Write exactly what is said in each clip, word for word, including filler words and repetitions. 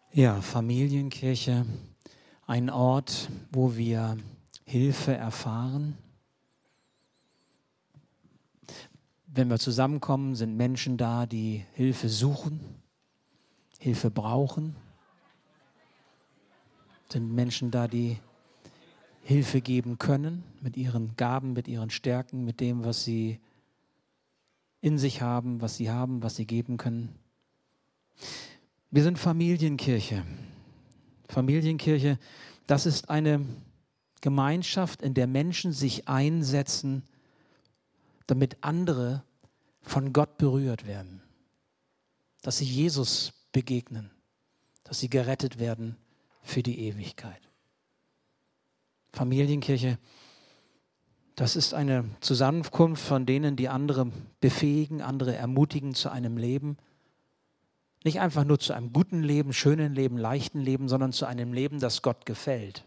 Ja, Familienkirche, ein Ort, wo wir Hilfe erfahren. Wenn wir zusammenkommen, sind Menschen da, die Hilfe suchen, Hilfe brauchen. Sind Menschen da, die Hilfe geben können mit ihren Gaben, mit ihren Stärken, mit dem, was sie in sich haben, was sie haben, was sie geben können. Wir sind Familienkirche. Familienkirche, das ist eine Gemeinschaft, in der Menschen sich einsetzen, damit andere von Gott berührt werden. Dass sie Jesus begegnen, dass sie gerettet werden für die Ewigkeit. Familienkirche, das ist eine Zusammenkunft von denen, die andere befähigen, andere ermutigen zu einem Leben. Nicht einfach nur zu einem guten Leben, schönen Leben, leichten Leben, sondern zu einem Leben, das Gott gefällt.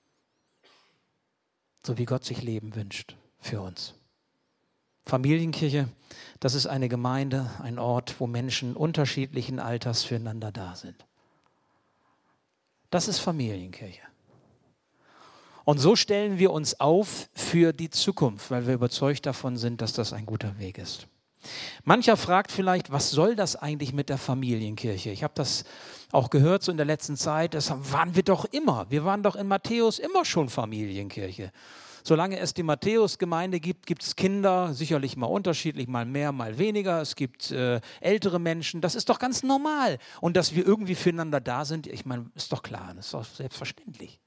So wie Gott sich Leben wünscht für uns. Familienkirche, das ist eine Gemeinde, ein Ort, wo Menschen unterschiedlichen Alters füreinander da sind. Das ist Familienkirche. Und so stellen wir uns auf für die Zukunft, weil wir überzeugt davon sind, dass das ein guter Weg ist. Mancher fragt vielleicht, was soll das eigentlich mit der Familienkirche? Ich habe das auch gehört so in der letzten Zeit, das waren wir doch immer. Wir waren doch in Matthäus immer schon Familienkirche. Solange es die Matthäus-Gemeinde gibt, gibt es Kinder, sicherlich mal unterschiedlich, mal mehr, mal weniger. Es gibt äh, ältere Menschen, das ist doch ganz normal. Und dass wir irgendwie füreinander da sind, ich meine, ist doch klar, das ist doch selbstverständlich.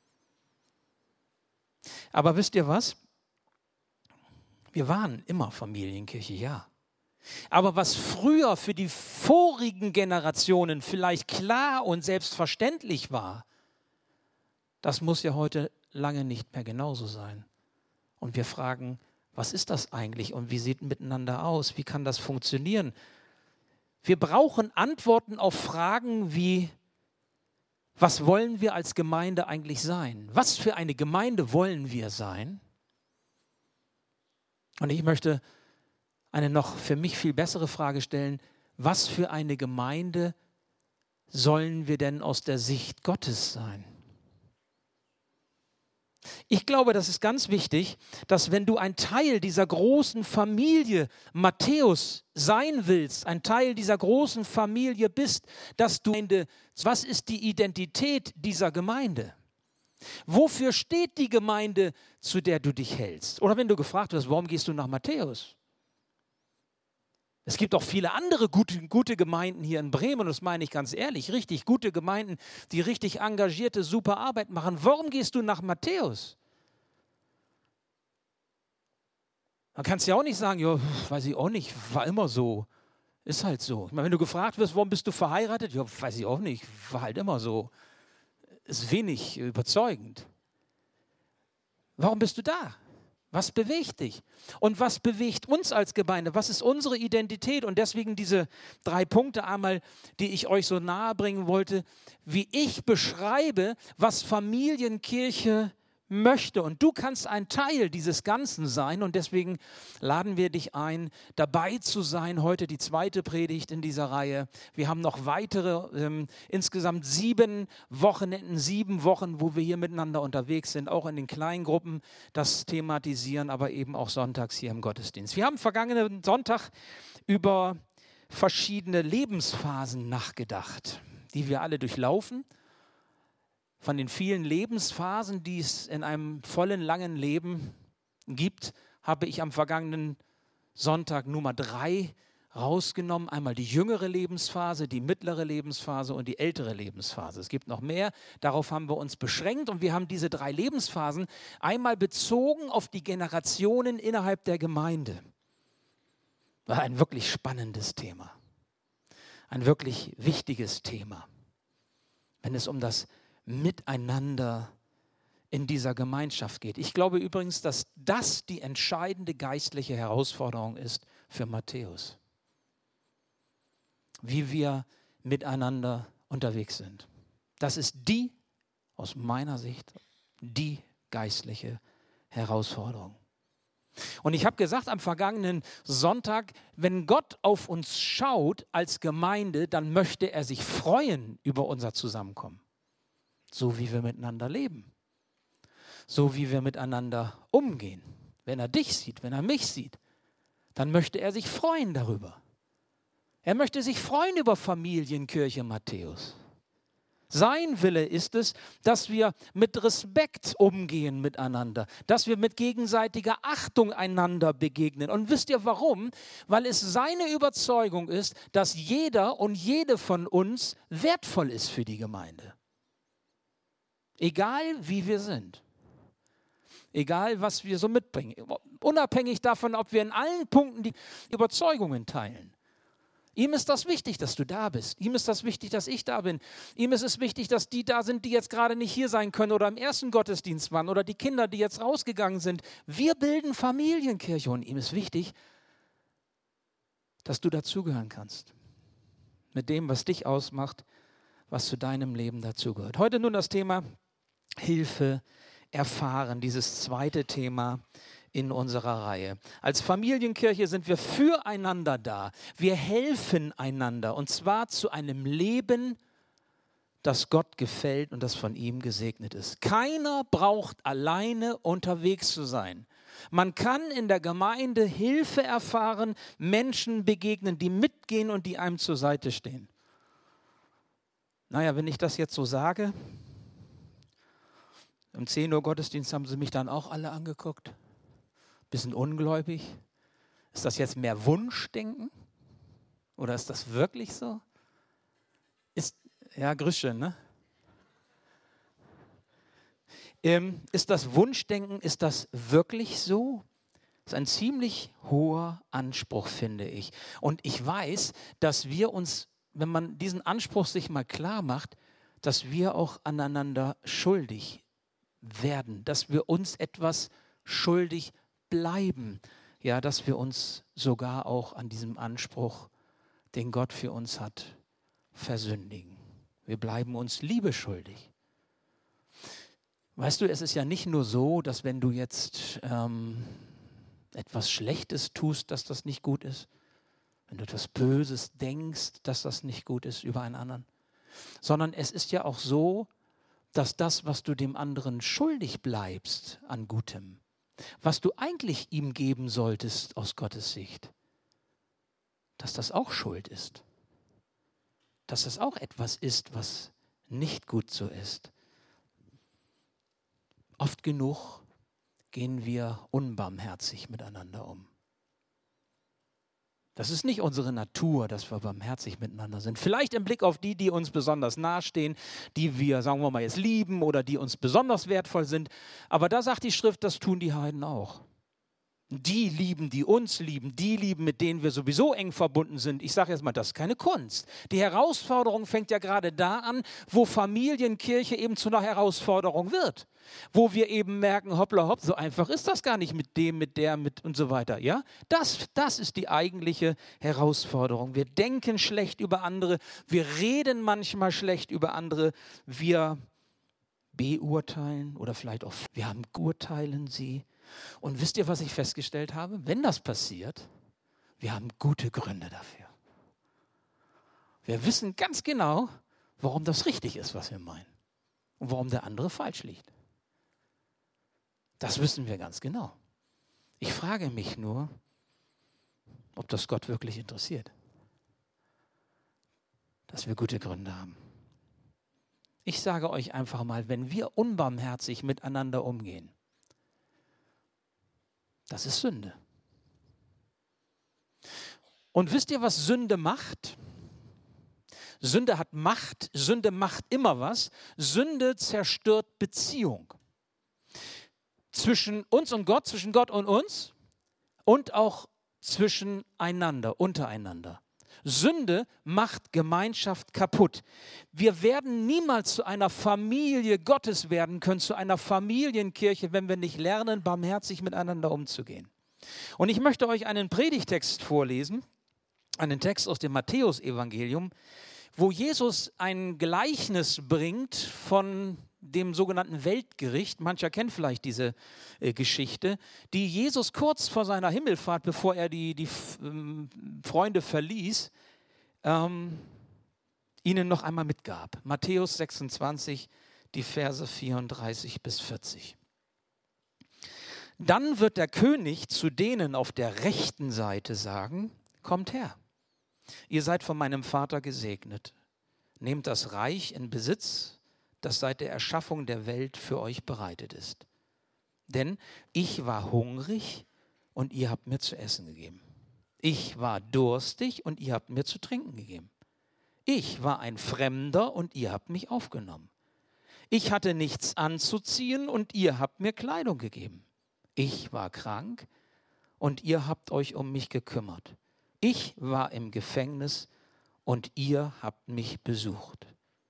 Aber wisst ihr was? Wir waren immer Familienkirche, ja. Aber was früher für die vorigen Generationen vielleicht klar und selbstverständlich war, das muss ja heute lange nicht mehr genauso sein. Und wir fragen, was ist das eigentlich und wie sieht miteinander aus? Wie kann das funktionieren? Wir brauchen Antworten auf Fragen wie, was wollen wir als Gemeinde eigentlich sein? Was für eine Gemeinde wollen wir sein? Und ich möchte eine noch für mich viel bessere Frage stellen. Was für eine Gemeinde sollen wir denn aus der Sicht Gottes sein? Ich glaube, das ist ganz wichtig, dass wenn du ein Teil dieser großen Familie Matthäus sein willst, ein Teil dieser großen Familie bist, dass du, was ist die Identität dieser Gemeinde? Wofür steht die Gemeinde, zu der du dich hältst? Oder wenn du gefragt wirst, warum gehst du nach Matthäus? Es gibt auch viele andere gute, gute Gemeinden hier in Bremen, und das meine ich ganz ehrlich, richtig gute Gemeinden, die richtig engagierte, super Arbeit machen. Warum gehst du nach Matthäus? Man kann es ja auch nicht sagen, ja, weiß ich auch nicht, war immer so, ist halt so. Ich meine, wenn du gefragt wirst, warum bist du verheiratet? Ja, weiß ich auch nicht, war halt immer so. Ist wenig überzeugend. Warum bist du da? Was bewegt dich? Und was bewegt uns als Gemeinde? Was ist unsere Identität? Und deswegen diese drei Punkte einmal, die ich euch so nahe bringen wollte, wie ich beschreibe, was Familienkirche möchte. Und du kannst ein Teil dieses Ganzen sein. Und deswegen laden wir dich ein, dabei zu sein. Heute die zweite Predigt in dieser Reihe. Wir haben noch weitere, ähm, insgesamt sieben Wochenenden, sieben Wochen, wo wir hier miteinander unterwegs sind, auch in den kleinen Gruppen das thematisieren, aber eben auch sonntags hier im Gottesdienst. Wir haben vergangenen Sonntag über verschiedene Lebensphasen nachgedacht, die wir alle durchlaufen. Von den vielen Lebensphasen, die es in einem vollen, langen Leben gibt, habe ich am vergangenen Sonntag Nummer drei rausgenommen. Einmal die jüngere Lebensphase, die mittlere Lebensphase und die ältere Lebensphase. Es gibt noch mehr, darauf haben wir uns beschränkt und wir haben diese drei Lebensphasen einmal bezogen auf die Generationen innerhalb der Gemeinde. War ein wirklich spannendes Thema, ein wirklich wichtiges Thema, wenn es um das Miteinander in dieser Gemeinschaft geht. Ich glaube übrigens, dass das die entscheidende geistliche Herausforderung ist für Matthäus. Wie wir miteinander unterwegs sind. Das ist die, aus meiner Sicht, die geistliche Herausforderung. Und ich habe gesagt am vergangenen Sonntag, wenn Gott auf uns schaut als Gemeinde, dann möchte er sich freuen über unser Zusammenkommen. So wie wir miteinander leben. So wie wir miteinander umgehen. Wenn er dich sieht, wenn er mich sieht, dann möchte er sich freuen darüber. Er möchte sich freuen über Familienkirche Matthäus. Sein Wille ist es, dass wir mit Respekt umgehen miteinander, dass wir mit gegenseitiger Achtung einander begegnen. Und wisst ihr warum? Weil es seine Überzeugung ist, dass jeder und jede von uns wertvoll ist für die Gemeinde. Egal wie wir sind. Egal was wir so mitbringen. Unabhängig davon, ob wir in allen Punkten die Überzeugungen teilen. Ihm ist das wichtig, dass du da bist. Ihm ist das wichtig, dass ich da bin. Ihm ist es wichtig, dass die da sind, die jetzt gerade nicht hier sein können oder im ersten Gottesdienst waren oder die Kinder, die jetzt rausgegangen sind. Wir bilden Familienkirche und ihm ist wichtig, dass du dazugehören kannst. Mit dem, was dich ausmacht, was zu deinem Leben dazugehört. Heute nun das Thema Hilfe erfahren, dieses zweite Thema in unserer Reihe. Als Familienkirche sind wir füreinander da. Wir helfen einander und zwar zu einem Leben, das Gott gefällt und das von ihm gesegnet ist. Keiner braucht alleine unterwegs zu sein. Man kann in der Gemeinde Hilfe erfahren, Menschen begegnen, die mitgehen und die einem zur Seite stehen. Naja, wenn ich das jetzt so sage, um zehn Uhr Gottesdienst haben sie mich dann auch alle angeguckt. Bisschen ungläubig. Ist das jetzt mehr Wunschdenken? Oder ist das wirklich so? Ist, ja, grüß schön, ne? Ähm, ist das Wunschdenken, ist das wirklich so? Das ist ein ziemlich hoher Anspruch, finde ich. Und ich weiß, dass wir uns, wenn man diesen Anspruch sich mal klar macht, dass wir auch aneinander schuldig werden, dass wir uns etwas schuldig bleiben, ja, dass wir uns sogar auch an diesem Anspruch, den Gott für uns hat, versündigen. Wir bleiben uns Liebe schuldig. Weißt du, es ist ja nicht nur so, dass wenn du jetzt ähm, etwas Schlechtes tust, dass das nicht gut ist, wenn du etwas Böses denkst, dass das nicht gut ist über einen anderen, sondern es ist ja auch so, dass das, was du dem anderen schuldig bleibst an Gutem, was du eigentlich ihm geben solltest aus Gottes Sicht, dass das auch Schuld ist. Dass das auch etwas ist, was nicht gut so ist. Oft genug gehen wir unbarmherzig miteinander um. Das ist nicht unsere Natur, dass wir barmherzig miteinander sind. Vielleicht im Blick auf die, die uns besonders nahestehen, die wir, sagen wir mal, jetzt lieben oder die uns besonders wertvoll sind. Aber da sagt die Schrift, das tun die Heiden auch. Die lieben, die uns lieben, die lieben, mit denen wir sowieso eng verbunden sind. Ich sage jetzt mal, das ist keine Kunst. Die Herausforderung fängt ja gerade da an, wo Familienkirche eben zu einer Herausforderung wird. Wo wir eben merken, hoppla hopp, so einfach ist das gar nicht mit dem, mit der, mit und so weiter. Ja? Das, das ist die eigentliche Herausforderung. Wir denken schlecht über andere, wir reden manchmal schlecht über andere, wir beurteilen oder vielleicht auch, wir haben urteilen sie. Und wisst ihr, was ich festgestellt habe? Wenn das passiert, wir haben gute Gründe dafür. Wir wissen ganz genau, warum das richtig ist, was wir meinen. Und warum der andere falsch liegt. Das wissen wir ganz genau. Ich frage mich nur, ob das Gott wirklich interessiert. Dass wir gute Gründe haben. Ich sage euch einfach mal, wenn wir unbarmherzig miteinander umgehen, das ist Sünde. Und wisst ihr, was Sünde macht? Sünde hat Macht, Sünde macht immer was. Sünde zerstört Beziehung. Zwischen uns und Gott, zwischen Gott und uns und auch zwischeneinander, untereinander. Sünde macht Gemeinschaft kaputt. Wir werden niemals zu einer Familie Gottes werden können, zu einer Familienkirche, wenn wir nicht lernen, barmherzig miteinander umzugehen. Und ich möchte euch einen Predigtext vorlesen, einen Text aus dem Matthäusevangelium, wo Jesus ein Gleichnis bringt von dem sogenannten Weltgericht, mancher kennt vielleicht diese äh, Geschichte, die Jesus kurz vor seiner Himmelfahrt, bevor er die, die ähm, Freunde verließ, ähm, ihnen noch einmal mitgab. Matthäus sechsundzwanzig, die Verse vierunddreißig bis vierzig. Dann wird der König zu denen auf der rechten Seite sagen, kommt her, ihr seid von meinem Vater gesegnet. Nehmt das Reich in Besitz, das seit der Erschaffung der Welt für euch bereitet ist. Denn ich war hungrig und ihr habt mir zu essen gegeben. Ich war durstig und ihr habt mir zu trinken gegeben. Ich war ein Fremder und ihr habt mich aufgenommen. Ich hatte nichts anzuziehen und ihr habt mir Kleidung gegeben. Ich war krank und ihr habt euch um mich gekümmert. Ich war im Gefängnis und ihr habt mich besucht.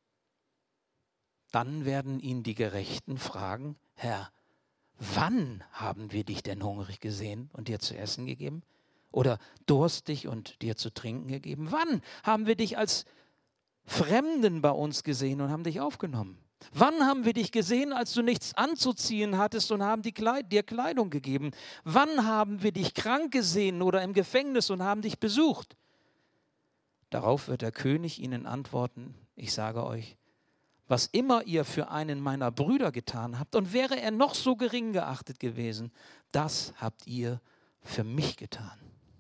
Dann werden ihn die Gerechten fragen, Herr, wann haben wir dich denn hungrig gesehen und dir zu essen gegeben? Oder durstig und dir zu trinken gegeben? Wann haben wir dich als Fremden bei uns gesehen und haben dich aufgenommen? Wann haben wir dich gesehen, als du nichts anzuziehen hattest und haben die Kleid- dir Kleidung gegeben? Wann haben wir dich krank gesehen oder im Gefängnis und haben dich besucht? Darauf wird der König ihnen antworten, ich sage euch, was immer ihr für einen meiner Brüder getan habt, und wäre er noch so gering geachtet gewesen, das habt ihr für mich getan.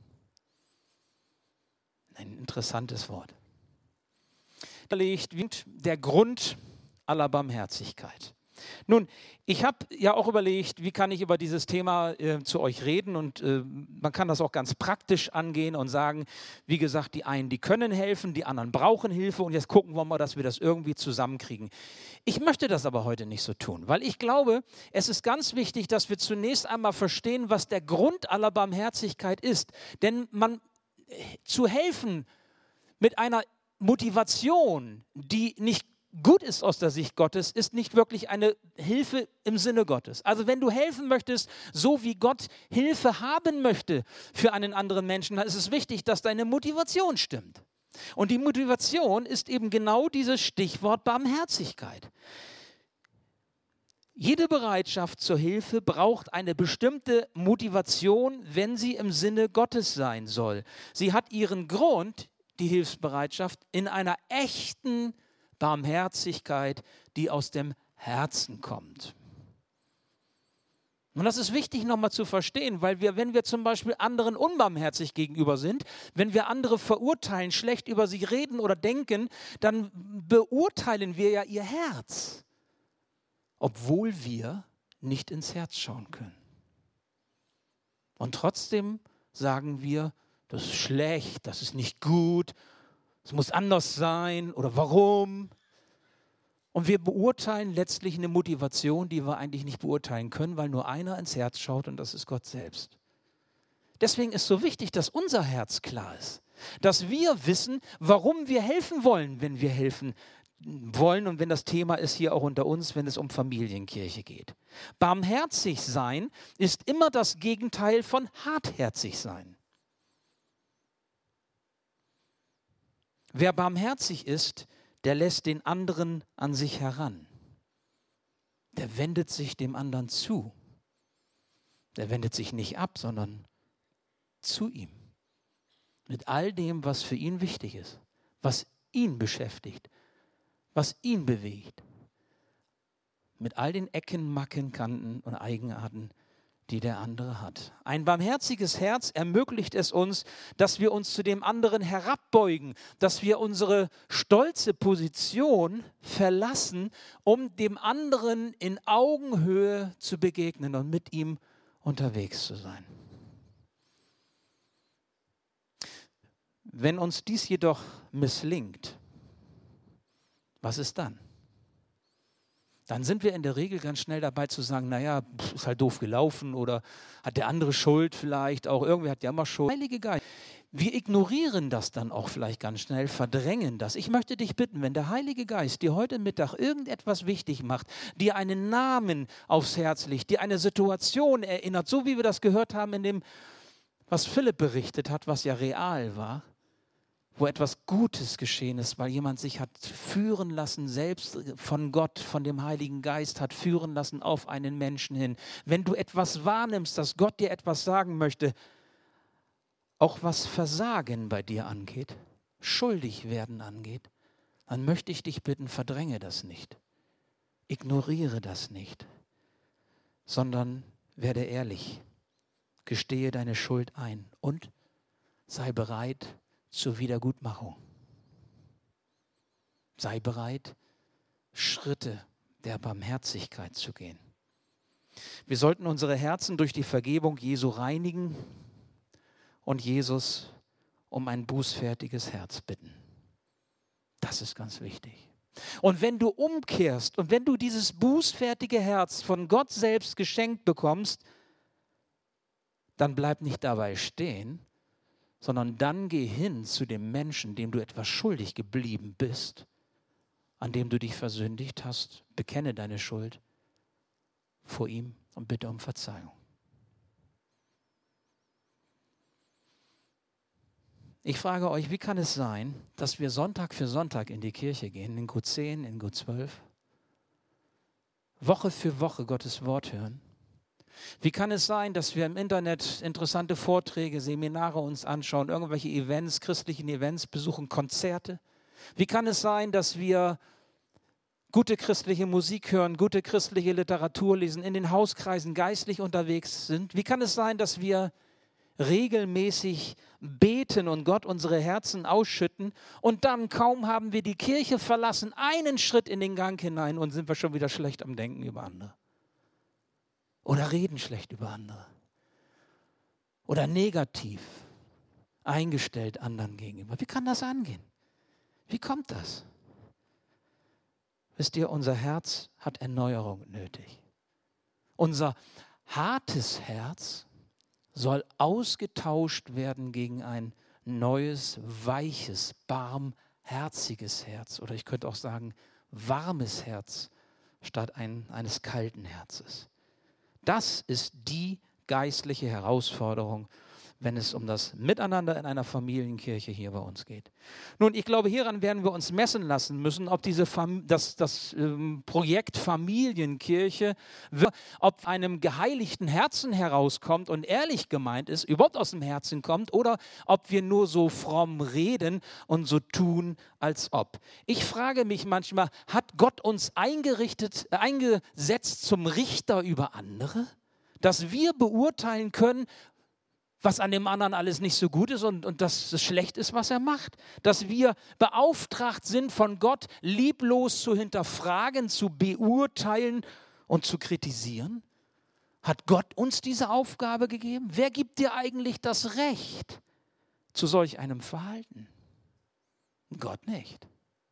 Ein interessantes Wort. Da liegt der Grund aller Barmherzigkeit. Nun, ich habe ja auch überlegt, wie kann ich über dieses Thema äh, zu euch reden, und äh, man kann das auch ganz praktisch angehen und sagen, wie gesagt, die einen, die können helfen, die anderen brauchen Hilfe, und jetzt gucken wir mal, dass wir das irgendwie zusammenkriegen. Ich möchte das aber heute nicht so tun, weil ich glaube, es ist ganz wichtig, dass wir zunächst einmal verstehen, was der Grund aller Barmherzigkeit ist. Denn man zu helfen mit einer Motivation, die nicht gut ist aus der Sicht Gottes, ist nicht wirklich eine Hilfe im Sinne Gottes. Also wenn du helfen möchtest, so wie Gott Hilfe haben möchte für einen anderen Menschen, dann ist es wichtig, dass deine Motivation stimmt. Und die Motivation ist eben genau dieses Stichwort Barmherzigkeit. Jede Bereitschaft zur Hilfe braucht eine bestimmte Motivation, wenn sie im Sinne Gottes sein soll. Sie hat ihren Grund, die Hilfsbereitschaft, in einer echten Barmherzigkeit, die aus dem Herzen kommt. Und das ist wichtig nochmal zu verstehen, weil wir, wenn wir zum Beispiel anderen unbarmherzig gegenüber sind, wenn wir andere verurteilen, schlecht über sie reden oder denken, dann beurteilen wir ja ihr Herz, obwohl wir nicht ins Herz schauen können. Und trotzdem sagen wir, das ist schlecht, das ist nicht gut, es muss anders sein oder warum. Und wir beurteilen letztlich eine Motivation, die wir eigentlich nicht beurteilen können, weil nur einer ins Herz schaut, und das ist Gott selbst. Deswegen ist so wichtig, dass unser Herz klar ist, dass wir wissen, warum wir helfen wollen, wenn wir helfen wollen, und wenn das Thema ist hier auch unter uns, wenn es um Familienkirche geht. Barmherzig sein ist immer das Gegenteil von hartherzig sein. Wer barmherzig ist, der lässt den anderen an sich heran. Der wendet sich dem anderen zu. Der wendet sich nicht ab, sondern zu ihm. Mit all dem, was für ihn wichtig ist, was ihn beschäftigt, was ihn bewegt. Mit all den Ecken, Macken, Kanten und Eigenarten, die der andere hat. Ein barmherziges Herz ermöglicht es uns, dass wir uns zu dem anderen herabbeugen, dass wir unsere stolze Position verlassen, um dem anderen in Augenhöhe zu begegnen und mit ihm unterwegs zu sein. Wenn uns dies jedoch misslingt, was ist dann? Dann sind wir in der Regel ganz schnell dabei zu sagen, naja, ist halt doof gelaufen oder hat der andere Schuld vielleicht auch, irgendwer hat ja immer Schuld. Heilige Geist, wir ignorieren das dann auch vielleicht ganz schnell, verdrängen das. Ich möchte dich bitten, wenn der Heilige Geist dir heute Mittag irgendetwas wichtig macht, dir einen Namen aufs Herz legt, dir eine Situation erinnert, so wie wir das gehört haben in dem, was Philipp berichtet hat, was ja real war, wo etwas Gutes geschehen ist, weil jemand sich hat führen lassen, selbst von Gott, von dem Heiligen Geist hat führen lassen auf einen Menschen hin. Wenn du etwas wahrnimmst, dass Gott dir etwas sagen möchte, auch was Versagen bei dir angeht, schuldig werden angeht, dann möchte ich dich bitten, verdränge das nicht. Ignoriere das nicht, sondern werde ehrlich, gestehe deine Schuld ein und sei bereit zur Wiedergutmachung. Sei bereit, Schritte der Barmherzigkeit zu gehen. Wir sollten unsere Herzen durch die Vergebung Jesu reinigen und Jesus um ein bußfertiges Herz bitten. Das ist ganz wichtig. Und wenn du umkehrst und wenn du dieses bußfertige Herz von Gott selbst geschenkt bekommst, dann bleib nicht dabei stehen, sondern dann geh hin zu dem Menschen, dem du etwas schuldig geblieben bist, an dem du dich versündigt hast, bekenne deine Schuld vor ihm und bitte um Verzeihung. Ich frage euch, wie kann es sein, dass wir Sonntag für Sonntag in die Kirche gehen, in Q zehn, in Q zwölf, Woche für Woche Gottes Wort hören? Wie kann es sein, dass wir im Internet interessante Vorträge, Seminare uns anschauen, irgendwelche Events, christlichen Events besuchen, Konzerte? Wie kann es sein, dass wir gute christliche Musik hören, gute christliche Literatur lesen, in den Hauskreisen geistlich unterwegs sind? Wie kann es sein, dass wir regelmäßig beten und Gott unsere Herzen ausschütten und dann kaum haben wir die Kirche verlassen, einen Schritt in den Gang hinein und sind wir schon wieder schlecht am Denken über andere? Oder reden schlecht über andere. Oder negativ eingestellt anderen gegenüber. Wie kann das angehen? Wie kommt das? Wisst ihr, unser Herz hat Erneuerung nötig. Unser hartes Herz soll ausgetauscht werden gegen ein neues, weiches, barmherziges Herz. Oder ich könnte auch sagen, warmes Herz statt ein, eines kalten Herzens. Das ist die geistliche Herausforderung, wenn es um das Miteinander in einer Familienkirche hier bei uns geht. Nun, ich glaube, hieran werden wir uns messen lassen müssen, ob diese Fam- das, das ähm, Projekt Familienkirche, ob einem geheiligten Herzen herauskommt und ehrlich gemeint ist, überhaupt aus dem Herzen kommt, oder ob wir nur so fromm reden und so tun, als ob. Ich frage mich manchmal, hat Gott uns eingerichtet, äh, eingesetzt zum Richter über andere, dass wir beurteilen können, was an dem anderen alles nicht so gut ist und, und dass es schlecht ist, was er macht. Dass wir beauftragt sind, von Gott lieblos zu hinterfragen, zu beurteilen und zu kritisieren. Hat Gott uns diese Aufgabe gegeben? Wer gibt dir eigentlich das Recht zu solch einem Verhalten? Gott nicht.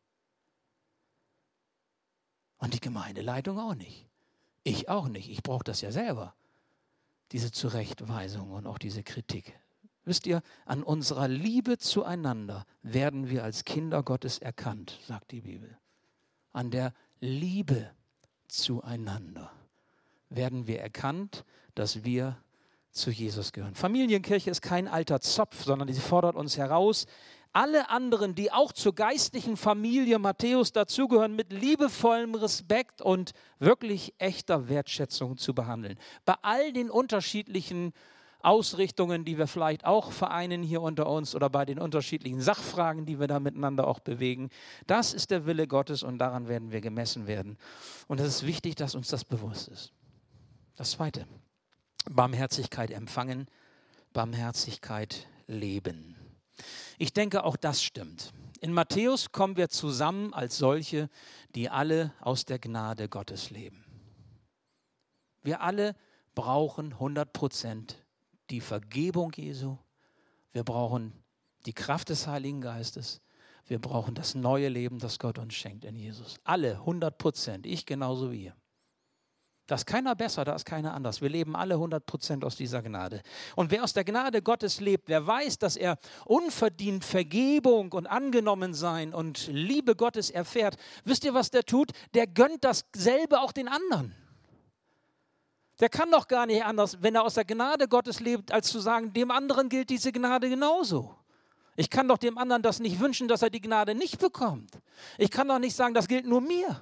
Und die Gemeindeleitung auch nicht. Ich auch nicht. Ich brauche das ja selber. Diese Zurechtweisung und auch diese Kritik. Wisst ihr, an unserer Liebe zueinander werden wir als Kinder Gottes erkannt, sagt die Bibel. An der Liebe zueinander werden wir erkannt, dass wir zu Jesus gehören. Familienkirche ist kein alter Zopf, sondern sie fordert uns heraus, alle anderen, die auch zur geistlichen Familie Matthäus dazugehören, mit liebevollem Respekt und wirklich echter Wertschätzung zu behandeln. Bei all den unterschiedlichen Ausrichtungen, die wir vielleicht auch vereinen hier unter uns oder bei den unterschiedlichen Sachfragen, die wir da miteinander auch bewegen, das ist der Wille Gottes und daran werden wir gemessen werden. Und es ist wichtig, dass uns das bewusst ist. Das Zweite, Barmherzigkeit empfangen, Barmherzigkeit leben. Ich denke, auch das stimmt. In Matthäus kommen wir zusammen als solche, die alle aus der Gnade Gottes leben. Wir alle brauchen hundert Prozent die Vergebung Jesu. Wir brauchen die Kraft des Heiligen Geistes. Wir brauchen das neue Leben, das Gott uns schenkt in Jesus. Alle hundert Prozent, ich genauso wie ihr. Da ist keiner besser, da ist keiner anders. Wir leben alle hundert Prozent aus dieser Gnade. Und wer aus der Gnade Gottes lebt, wer weiß, dass er unverdient Vergebung und Angenommensein und Liebe Gottes erfährt, wisst ihr, was der tut? Der gönnt dasselbe auch den anderen. Der kann doch gar nicht anders, wenn er aus der Gnade Gottes lebt, als zu sagen, dem anderen gilt diese Gnade genauso. Ich kann doch dem anderen das nicht wünschen, dass er die Gnade nicht bekommt. Ich kann doch nicht sagen, das gilt nur mir.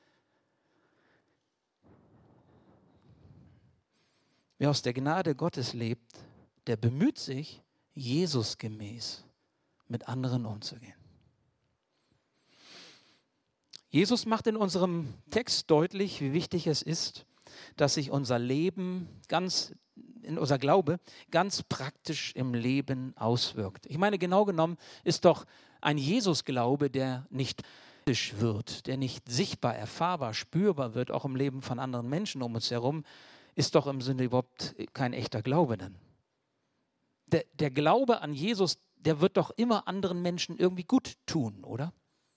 Wer aus der Gnade Gottes lebt, der bemüht sich, Jesus gemäß mit anderen umzugehen. Jesus macht in unserem Text deutlich, wie wichtig es ist, dass sich unser Leben ganz, in unser Glaube ganz praktisch im Leben auswirkt. Ich meine, genau genommen ist doch ein Jesus-Glaube, der nicht praktisch wird, der nicht sichtbar, erfahrbar, spürbar wird, auch im Leben von anderen Menschen um uns herum, ist doch im Sinne überhaupt kein echter Glaube dann. Der, der Glaube an Jesus, der wird doch immer anderen Menschen irgendwie gut tun, oder?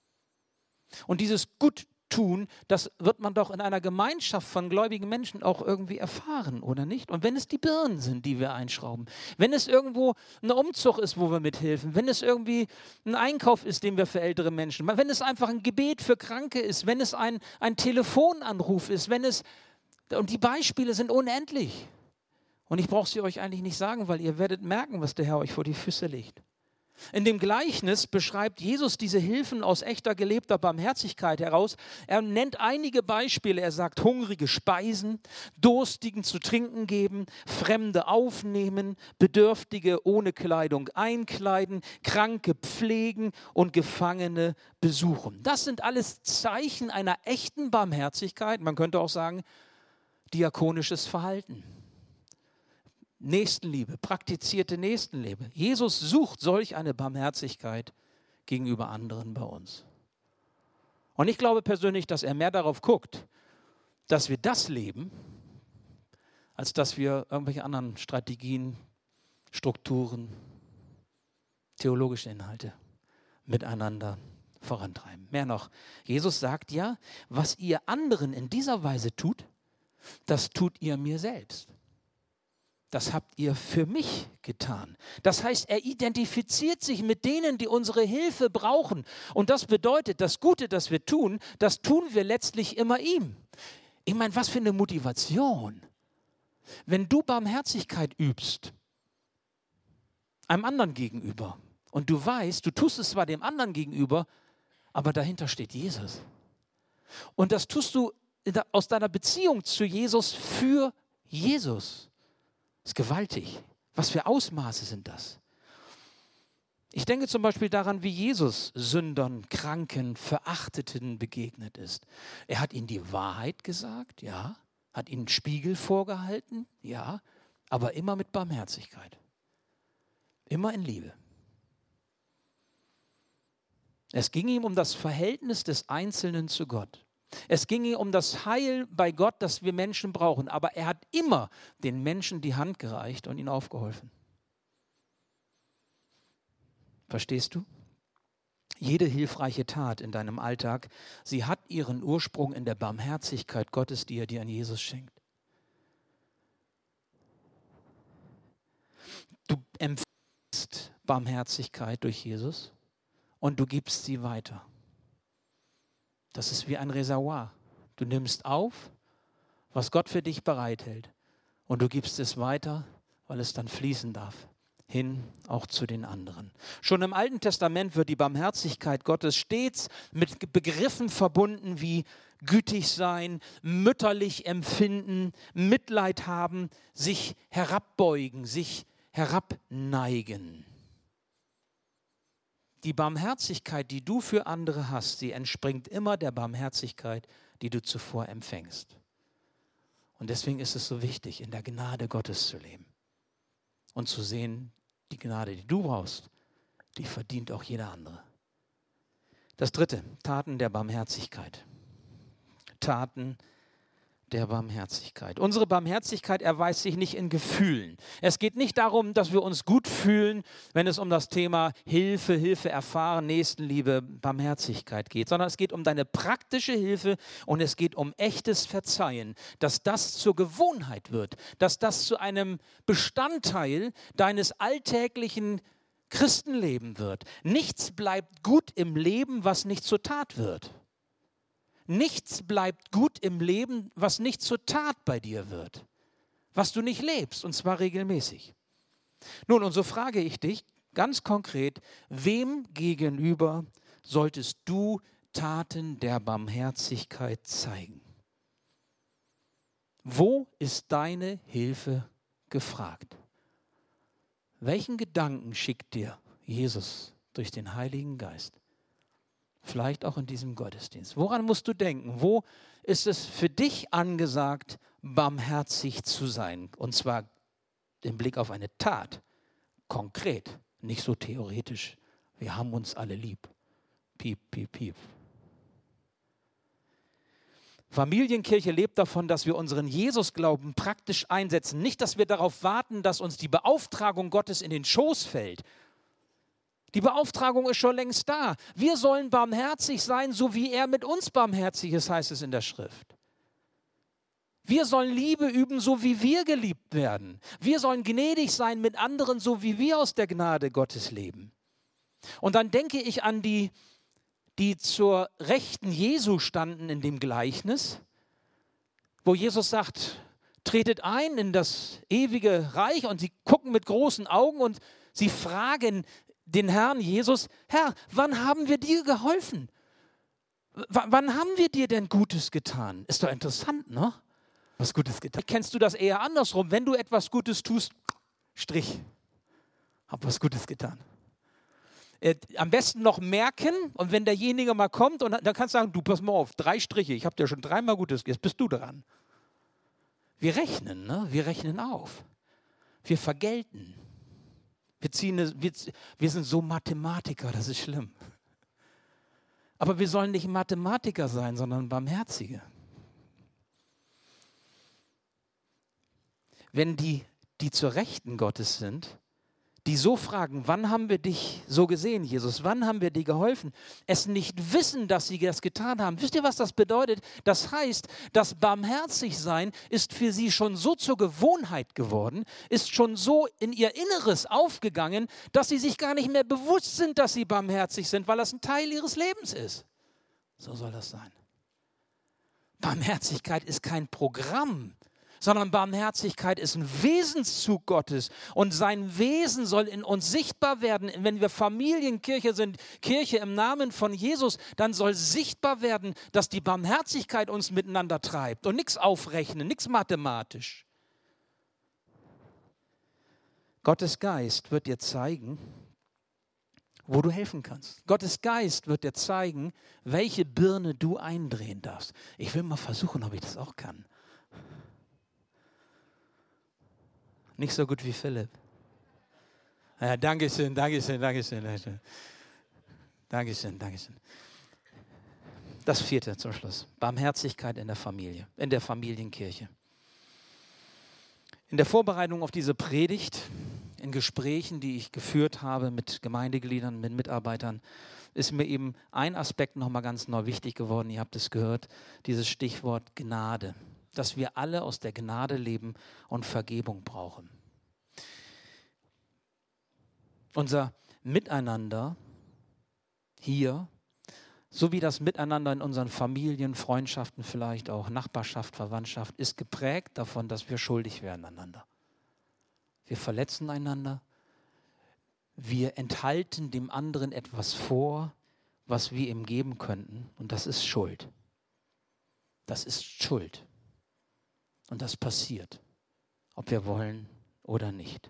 Und dieses Guttun, das wird man doch in einer Gemeinschaft von gläubigen Menschen auch irgendwie erfahren, oder nicht? Und wenn es die Birnen sind, die wir einschrauben, wenn es irgendwo ein Umzug ist, wo wir mithelfen, wenn es irgendwie ein Einkauf ist, den wir für ältere Menschen machen, wenn es einfach ein Gebet für Kranke ist, wenn es ein, ein Telefonanruf ist, wenn es, und die Beispiele sind unendlich. Und ich brauche sie euch eigentlich nicht sagen, weil ihr werdet merken, was der Herr euch vor die Füße legt. In dem Gleichnis beschreibt Jesus diese Hilfen aus echter gelebter Barmherzigkeit heraus. Er nennt einige Beispiele. Er sagt, Hungrige speisen, Durstigen zu trinken geben, Fremde aufnehmen, Bedürftige ohne Kleidung einkleiden, Kranke pflegen und Gefangene besuchen. Das sind alles Zeichen einer echten Barmherzigkeit. Man könnte auch sagen, diakonisches Verhalten. Nächstenliebe, praktizierte Nächstenliebe. Jesus sucht solch eine Barmherzigkeit gegenüber anderen bei uns. Und ich glaube persönlich, dass er mehr darauf guckt, dass wir das leben, als dass wir irgendwelche anderen Strategien, Strukturen, theologische Inhalte miteinander vorantreiben. Mehr noch, Jesus sagt ja, was ihr anderen in dieser Weise tut, das tut ihr mir selbst. Das habt ihr für mich getan. Das heißt, er identifiziert sich mit denen, die unsere Hilfe brauchen. Und das bedeutet, das Gute, das wir tun, das tun wir letztlich immer ihm. Ich meine, was für eine Motivation. Wenn du Barmherzigkeit übst, einem anderen gegenüber, und du weißt, du tust es zwar dem anderen gegenüber, aber dahinter steht Jesus. Und das tust du aus deiner Beziehung zu Jesus für Jesus. Das ist gewaltig. Was für Ausmaße sind das? Ich denke zum Beispiel daran, wie Jesus Sündern, Kranken, Verachteten begegnet ist. Er hat ihnen die Wahrheit gesagt, ja. Hat ihnen einen Spiegel vorgehalten, ja. Aber immer mit Barmherzigkeit. Immer in Liebe. Es ging ihm um das Verhältnis des Einzelnen zu Gott. Es ging ihm um das Heil bei Gott, das wir Menschen brauchen. Aber er hat immer den Menschen die Hand gereicht und ihnen aufgeholfen. Verstehst du? Jede hilfreiche Tat in deinem Alltag, sie hat ihren Ursprung in der Barmherzigkeit Gottes, die er dir an Jesus schenkt. Du empfängst Barmherzigkeit durch Jesus und du gibst sie weiter. Das ist wie ein Reservoir. Du nimmst auf, was Gott für dich bereithält, und du gibst es weiter, weil es dann fließen darf, hin auch zu den anderen. Schon im Alten Testament wird die Barmherzigkeit Gottes stets mit Begriffen verbunden wie gütig sein, mütterlich empfinden, Mitleid haben, sich herabbeugen, sich herabneigen. Die Barmherzigkeit, die du für andere hast, sie entspringt immer der Barmherzigkeit, die du zuvor empfängst. Und deswegen ist es so wichtig, in der Gnade Gottes zu leben und zu sehen, die Gnade, die du brauchst, die verdient auch jeder andere. Das dritte, Taten der Barmherzigkeit. Taten der Barmherzigkeit. Unsere Barmherzigkeit erweist sich nicht in Gefühlen. Es geht nicht darum, dass wir uns gut fühlen, wenn es um das Thema Hilfe, Hilfe erfahren, Nächstenliebe, Barmherzigkeit geht, sondern es geht um deine praktische Hilfe und es geht um echtes Verzeihen, dass das zur Gewohnheit wird, dass das zu einem Bestandteil deines alltäglichen Christenlebens wird. Nichts bleibt gut im Leben, was nicht zur Tat wird. Nichts bleibt gut im Leben, was nicht zur Tat bei dir wird, was du nicht lebst, und zwar regelmäßig. Nun, und so frage ich dich, ganz konkret, wem gegenüber solltest du Taten der Barmherzigkeit zeigen? Wo ist deine Hilfe gefragt? Welchen Gedanken schickt dir Jesus durch den Heiligen Geist? Vielleicht auch in diesem Gottesdienst. Woran musst du denken? Wo ist es für dich angesagt, barmherzig zu sein? Und zwar im Blick auf eine Tat. Konkret, nicht so theoretisch. Wir haben uns alle lieb. Piep, piep, piep. Familienkirche lebt davon, dass wir unseren Jesusglauben praktisch einsetzen. Nicht, dass wir darauf warten, dass uns die Beauftragung Gottes in den Schoß fällt. Die Beauftragung ist schon längst da. Wir sollen barmherzig sein, so wie er mit uns barmherzig ist, heißt es in der Schrift. Wir sollen Liebe üben, so wie wir geliebt werden. Wir sollen gnädig sein mit anderen, so wie wir aus der Gnade Gottes leben. Und dann denke ich an die, die zur Rechten Jesu standen in dem Gleichnis, wo Jesus sagt, tretet ein in das ewige Reich, und sie gucken mit großen Augen und sie fragen den Herrn Jesus, Herr, wann haben wir dir geholfen? W- wann haben wir dir denn Gutes getan? Ist doch interessant, ne? Was Gutes getan. Kennst du das eher andersrum? Wenn du etwas Gutes tust, Strich, hab was Gutes getan. Äh, am besten noch merken, und wenn derjenige mal kommt, und dann kannst du sagen, du, pass mal auf, drei Striche, ich habe dir schon dreimal Gutes, jetzt bist du dran. Wir rechnen, ne? Wir rechnen auf. Wir vergelten. Wir, ziehen eine, wir, wir sind so Mathematiker, das ist schlimm. Aber wir sollen nicht Mathematiker sein, sondern Barmherzige. Wenn die, die zur Rechten Gottes sind, die so fragen, wann haben wir dich so gesehen, Jesus, wann haben wir dir geholfen, es nicht wissen, dass sie das getan haben. Wisst ihr, was das bedeutet? Das heißt, das Barmherzigsein ist für sie schon so zur Gewohnheit geworden, ist schon so in ihr Inneres aufgegangen, dass sie sich gar nicht mehr bewusst sind, dass sie barmherzig sind, weil das ein Teil ihres Lebens ist. So soll das sein. Barmherzigkeit ist kein Programm, sondern Barmherzigkeit ist ein Wesenszug Gottes, und sein Wesen soll in uns sichtbar werden. Wenn wir Familienkirche sind, Kirche im Namen von Jesus, dann soll sichtbar werden, dass die Barmherzigkeit uns miteinander treibt und nichts aufrechnen, nichts mathematisch. Gottes Geist wird dir zeigen, wo du helfen kannst. Gottes Geist wird dir zeigen, welche Birne du eindrehen darfst. Ich will mal versuchen, ob ich das auch kann. Nicht so gut wie Philipp. Ja, Dankeschön, Dankeschön, Dankeschön, Dankeschön. Dankeschön, Dankeschön. Das vierte zum Schluss. Barmherzigkeit in der Familie, in der Familienkirche. In der Vorbereitung auf diese Predigt, in Gesprächen, die ich geführt habe mit Gemeindegliedern, mit Mitarbeitern, ist mir eben ein Aspekt nochmal ganz neu wichtig geworden. Ihr habt es gehört, dieses Stichwort Gnade. Dass wir alle aus der Gnade leben und Vergebung brauchen. Unser Miteinander hier, so wie das Miteinander in unseren Familien, Freundschaften, vielleicht auch Nachbarschaft, Verwandtschaft, ist geprägt davon, dass wir schuldig werden einander. Wir verletzen einander, wir enthalten dem anderen etwas vor, was wir ihm geben könnten, und das ist Schuld. Das ist Schuld. Und das passiert, ob wir wollen oder nicht.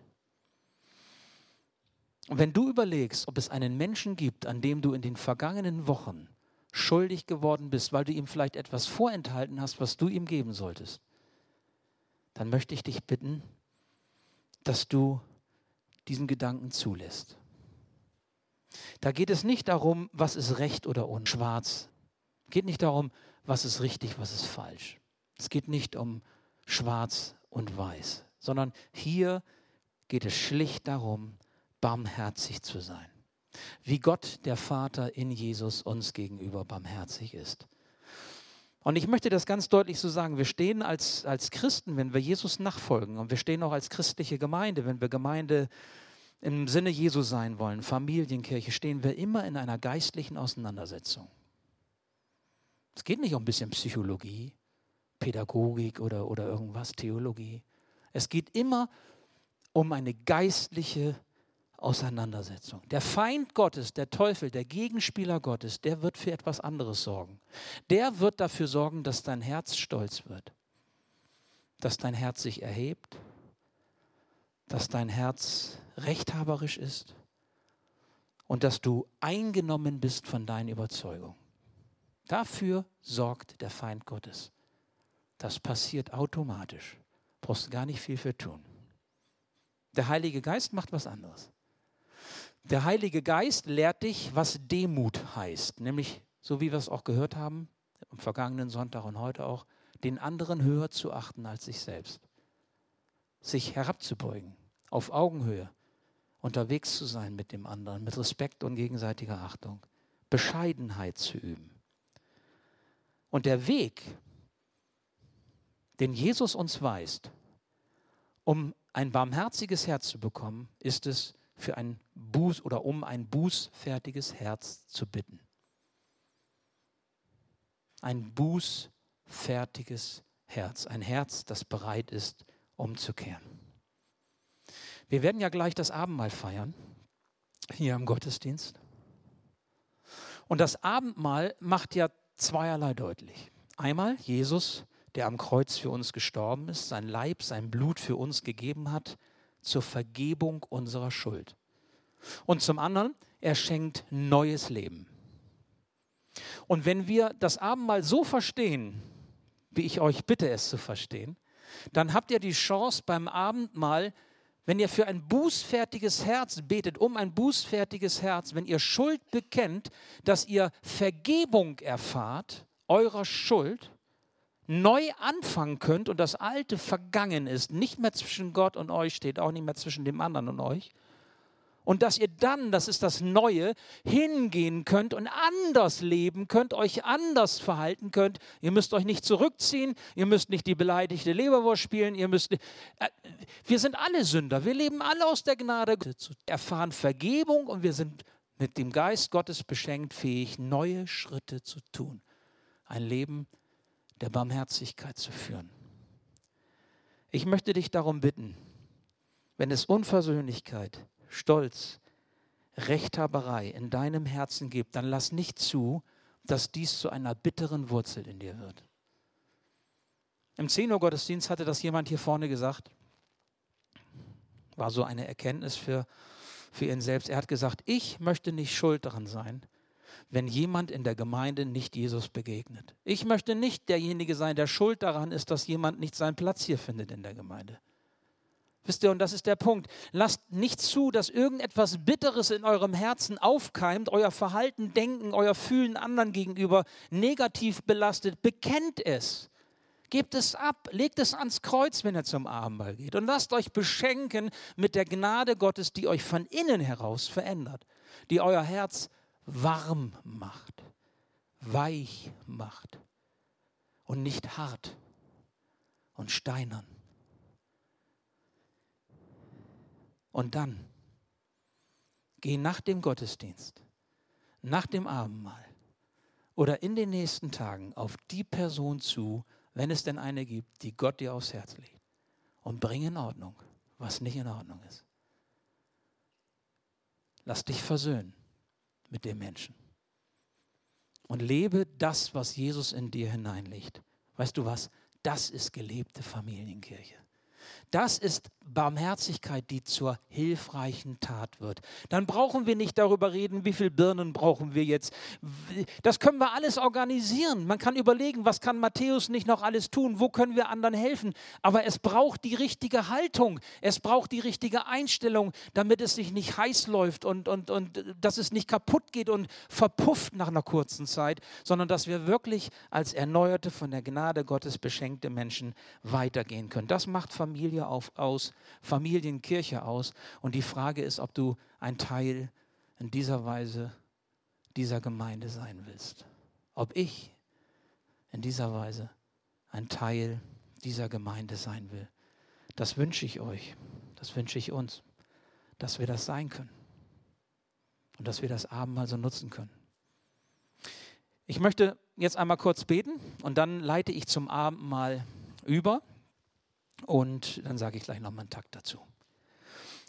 Und wenn du überlegst, ob es einen Menschen gibt, an dem du in den vergangenen Wochen schuldig geworden bist, weil du ihm vielleicht etwas vorenthalten hast, was du ihm geben solltest, dann möchte ich dich bitten, dass du diesen Gedanken zulässt. Da geht es nicht darum, was ist recht oder unschwarz. Es geht nicht darum, was ist richtig, was ist falsch. Es geht nicht um schwarz und weiß, sondern hier geht es schlicht darum, barmherzig zu sein. Wie Gott, der Vater in Jesus, uns gegenüber barmherzig ist. Und ich möchte das ganz deutlich so sagen, wir stehen als, als Christen, wenn wir Jesus nachfolgen, und wir stehen auch als christliche Gemeinde, wenn wir Gemeinde im Sinne Jesu sein wollen, Familienkirche, stehen wir immer in einer geistlichen Auseinandersetzung. Es geht nicht um ein bisschen Psychologie, Pädagogik oder, oder irgendwas, Theologie. Es geht immer um eine geistliche Auseinandersetzung. Der Feind Gottes, der Teufel, der Gegenspieler Gottes, der wird für etwas anderes sorgen. Der wird dafür sorgen, dass dein Herz stolz wird, dass dein Herz sich erhebt, dass dein Herz rechthaberisch ist und dass du eingenommen bist von deinen Überzeugungen. Dafür sorgt der Feind Gottes. Das passiert automatisch. Brauchst du gar nicht viel für tun. Der Heilige Geist macht was anderes. Der Heilige Geist lehrt dich, was Demut heißt. Nämlich, so wie wir es auch gehört haben, am vergangenen Sonntag und heute auch, den anderen höher zu achten als sich selbst. Sich herabzubeugen, auf Augenhöhe, unterwegs zu sein mit dem anderen, mit Respekt und gegenseitiger Achtung. Bescheidenheit zu üben. Und der Weg, den Jesus uns weist, um ein barmherziges Herz zu bekommen, ist es, für ein Buß oder um ein bußfertiges Herz zu bitten. Ein bußfertiges Herz, ein Herz, das bereit ist, umzukehren. Wir werden ja gleich das Abendmahl feiern, hier im Gottesdienst. Und das Abendmahl macht ja zweierlei deutlich. Einmal Jesus, der am Kreuz für uns gestorben ist, sein Leib, sein Blut für uns gegeben hat, zur Vergebung unserer Schuld. Und zum anderen, er schenkt neues Leben. Und wenn wir das Abendmahl so verstehen, wie ich euch bitte es zu verstehen, dann habt ihr die Chance beim Abendmahl, wenn ihr für ein bußfertiges Herz betet, um ein bußfertiges Herz, wenn ihr Schuld bekennt, dass ihr Vergebung erfahrt, eurer Schuld, neu anfangen könnt und das Alte vergangen ist, nicht mehr zwischen Gott und euch steht, auch nicht mehr zwischen dem anderen und euch. Und dass ihr dann, das ist das Neue, hingehen könnt und anders leben könnt, euch anders verhalten könnt. Ihr müsst euch nicht zurückziehen, ihr müsst nicht die beleidigte Leberwurst spielen, ihr müsst, äh, wir sind alle Sünder, wir leben alle aus der Gnade, erfahren Vergebung und wir sind mit dem Geist Gottes beschenkt, fähig, neue Schritte zu tun. Ein Leben der Barmherzigkeit zu führen. Ich möchte dich darum bitten, wenn es Unversöhnlichkeit, Stolz, Rechthaberei in deinem Herzen gibt, dann lass nicht zu, dass dies zu einer bitteren Wurzel in dir wird. Im zehn Uhr Gottesdienst hatte das jemand hier vorne gesagt, war so eine Erkenntnis für, für ihn selbst. Er hat gesagt, ich möchte nicht schuld daran sein, wenn jemand in der Gemeinde nicht Jesus begegnet. Ich möchte nicht derjenige sein, der schuld daran ist, dass jemand nicht seinen Platz hier findet in der Gemeinde. Wisst ihr, und das ist der Punkt. Lasst nicht zu, dass irgendetwas Bitteres in eurem Herzen aufkeimt, euer Verhalten, Denken, euer Fühlen anderen gegenüber negativ belastet. Bekennt es. Gebt es ab, legt es ans Kreuz, wenn ihr zum Abendmahl geht. Und lasst euch beschenken mit der Gnade Gottes, die euch von innen heraus verändert, die euer Herz warm macht, weich macht und nicht hart und steinern. Und dann geh nach dem Gottesdienst, nach dem Abendmahl oder in den nächsten Tagen auf die Person zu, wenn es denn eine gibt, die Gott dir aufs Herz legt, und bring in Ordnung, was nicht in Ordnung ist. Lass dich versöhnen mit dem Menschen und lebe das, was Jesus in dir hineinlegt. Weißt du was? Das ist gelebte Familienkirche. Das ist Barmherzigkeit, die zur hilfreichen Tat wird. Dann brauchen wir nicht darüber reden, wie viele Birnen brauchen wir jetzt. Das können wir alles organisieren. Man kann überlegen, was kann Matthäus nicht noch alles tun, wo können wir anderen helfen. Aber es braucht die richtige Haltung, es braucht die richtige Einstellung, damit es sich nicht heiß läuft und, und, und dass es nicht kaputt geht und verpufft nach einer kurzen Zeit, sondern dass wir wirklich als erneuerte, von der Gnade Gottes beschenkte Menschen weitergehen können. Das macht Familie auf, aus, Familienkirche aus. Und die Frage ist, ob du ein Teil in dieser Weise dieser Gemeinde sein willst. Ob ich in dieser Weise ein Teil dieser Gemeinde sein will. Das wünsche ich euch, das wünsche ich uns, dass wir das sein können und dass wir das Abendmahl so nutzen können. Ich möchte jetzt einmal kurz beten und dann leite ich zum Abendmahl über. Und dann sage ich gleich noch mal einen Takt dazu.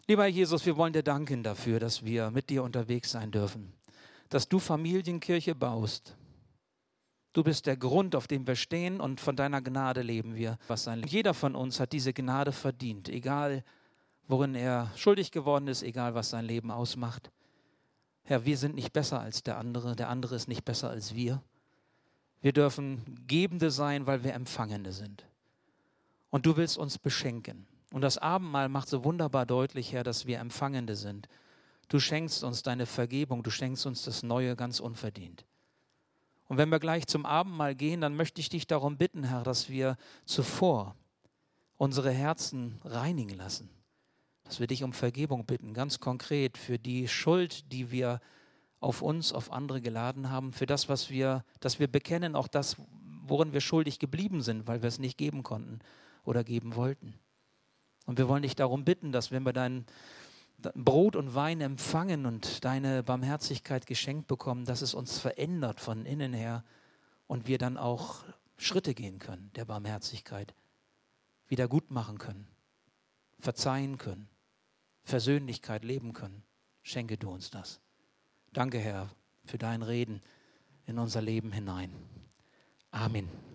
Lieber Jesus, wir wollen dir danken dafür, dass wir mit dir unterwegs sein dürfen, dass du Familienkirche baust. Du bist der Grund, auf dem wir stehen, und von deiner Gnade leben wir. Was sein Jeder von uns hat diese Gnade verdient, egal worin er schuldig geworden ist, egal was sein Leben ausmacht. Herr, wir sind nicht besser als der andere, der andere ist nicht besser als wir. Wir dürfen Gebende sein, weil wir Empfangende sind. Und du willst uns beschenken. Und das Abendmahl macht so wunderbar deutlich, Herr, dass wir Empfangende sind. Du schenkst uns deine Vergebung, du schenkst uns das Neue ganz unverdient. Und wenn wir gleich zum Abendmahl gehen, dann möchte ich dich darum bitten, Herr, dass wir zuvor unsere Herzen reinigen lassen. Dass wir dich um Vergebung bitten, ganz konkret für die Schuld, die wir auf uns, auf andere geladen haben, für das, was wir, dass wir bekennen, auch das, worin wir schuldig geblieben sind, weil wir es nicht geben konnten oder geben wollten. Und wir wollen dich darum bitten, dass wenn wir dein Brot und Wein empfangen und deine Barmherzigkeit geschenkt bekommen, dass es uns verändert von innen her und wir dann auch Schritte gehen können der Barmherzigkeit, wieder gut machen können, verzeihen können, Versöhnlichkeit leben können. Schenke du uns das. Danke, Herr, für dein Reden in unser Leben hinein. Amen.